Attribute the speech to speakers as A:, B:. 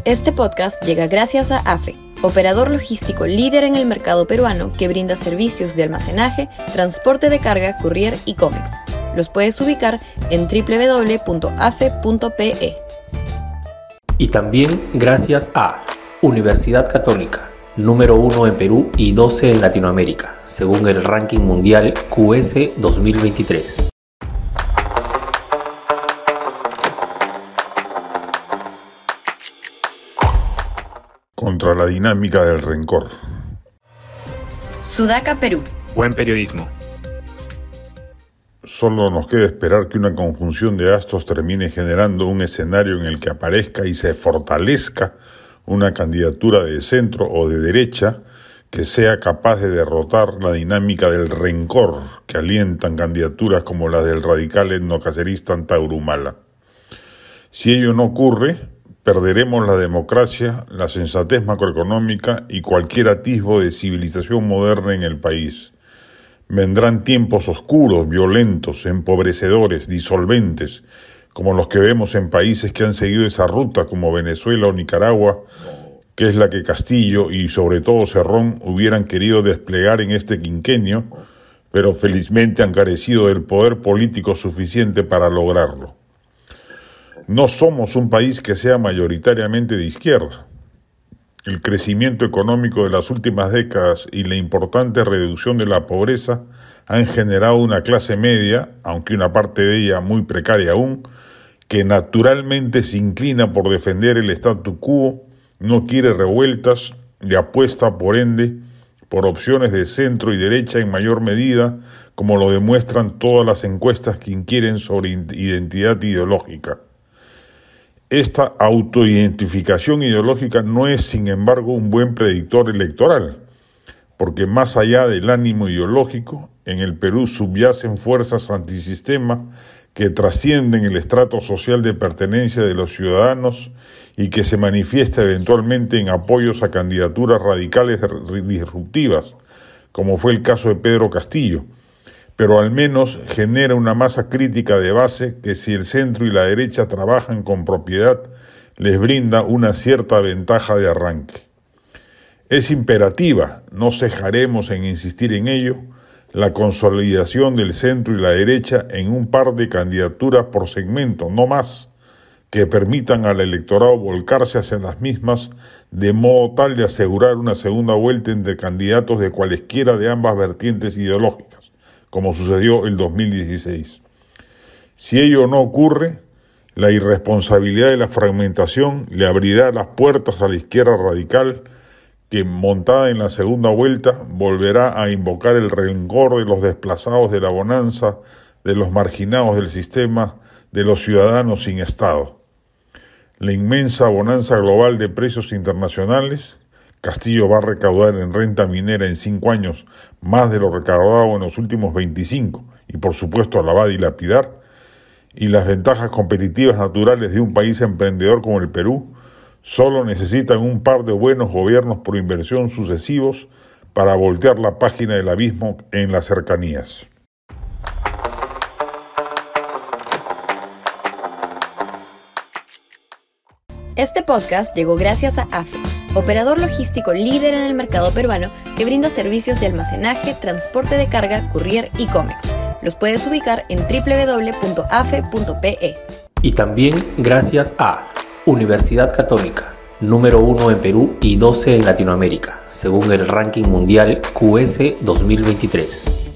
A: Este podcast llega gracias a AFE, operador logístico líder en el mercado peruano que brinda servicios de almacenaje, transporte de carga, courier y cómics. Los puedes ubicar en www.afe.pe.
B: Y también gracias a Universidad Católica, número 1 en Perú y 12 en Latinoamérica, según el ranking mundial QS 2023.
C: Contra la dinámica del rencor.
A: Sudaca, Perú.
D: Buen periodismo.
C: Solo nos queda esperar que una conjunción de astros termine generando un escenario en el que aparezca y se fortalezca una candidatura de centro o de derecha que sea capaz de derrotar la dinámica del rencor que alientan candidaturas como la del radical etnocacerista Antauro Humala. Si ello no ocurre, perderemos la democracia, la sensatez macroeconómica y cualquier atisbo de civilización moderna en el país. Vendrán tiempos oscuros, violentos, empobrecedores, disolventes, como los que vemos en países que han seguido esa ruta como Venezuela o Nicaragua, que es la que Castillo y sobre todo Cerrón hubieran querido desplegar en este quinquenio, pero felizmente han carecido del poder político suficiente para lograrlo. No somos un país que sea mayoritariamente de izquierda. El crecimiento económico de las últimas décadas y la importante reducción de la pobreza han generado una clase media, aunque una parte de ella muy precaria aún, que naturalmente se inclina por defender el statu quo, no quiere revueltas y apuesta, por ende, por opciones de centro y derecha en mayor medida, como lo demuestran todas las encuestas que inquieren sobre identidad ideológica. Esta autoidentificación ideológica no es, sin embargo, un buen predictor electoral, porque más allá del ánimo ideológico, en el Perú subyacen fuerzas antisistema que trascienden el estrato social de pertenencia de los ciudadanos y que se manifiesta eventualmente en apoyos a candidaturas radicales disruptivas, como fue el caso de Pedro Castillo, pero al menos genera una masa crítica de base que, si el centro y la derecha trabajan con propiedad, les brinda una cierta ventaja de arranque. Es imperativa, no cejaremos en insistir en ello, la consolidación del centro y la derecha en un par de candidaturas por segmento, no más, que permitan al electorado volcarse hacia las mismas de modo tal de asegurar una segunda vuelta entre candidatos de cualesquiera de ambas vertientes ideológicas, como sucedió el 2016. Si ello no ocurre, la irresponsabilidad de la fragmentación le abrirá las puertas a la izquierda radical que, montada en la segunda vuelta, volverá a invocar el rencor de los desplazados de la bonanza, de los marginados del sistema, de los ciudadanos sin Estado. La inmensa bonanza global de precios internacionales, Castillo va a recaudar en renta minera en 5 años más de lo recaudado en los últimos 25 y por supuesto la va a dilapidar, y las ventajas competitivas naturales de un país emprendedor como el Perú solo necesitan un par de buenos gobiernos por inversión sucesivos para voltear la página del abismo en las cercanías.
A: Este podcast llegó gracias a AFE, operador logístico líder en el mercado peruano que brinda servicios de almacenaje, transporte de carga, courier y cómics. Los puedes ubicar en www.afe.pe.
B: Y también gracias a Universidad Católica, número 1 en Perú y 12 en Latinoamérica, según el ranking mundial QS 2023.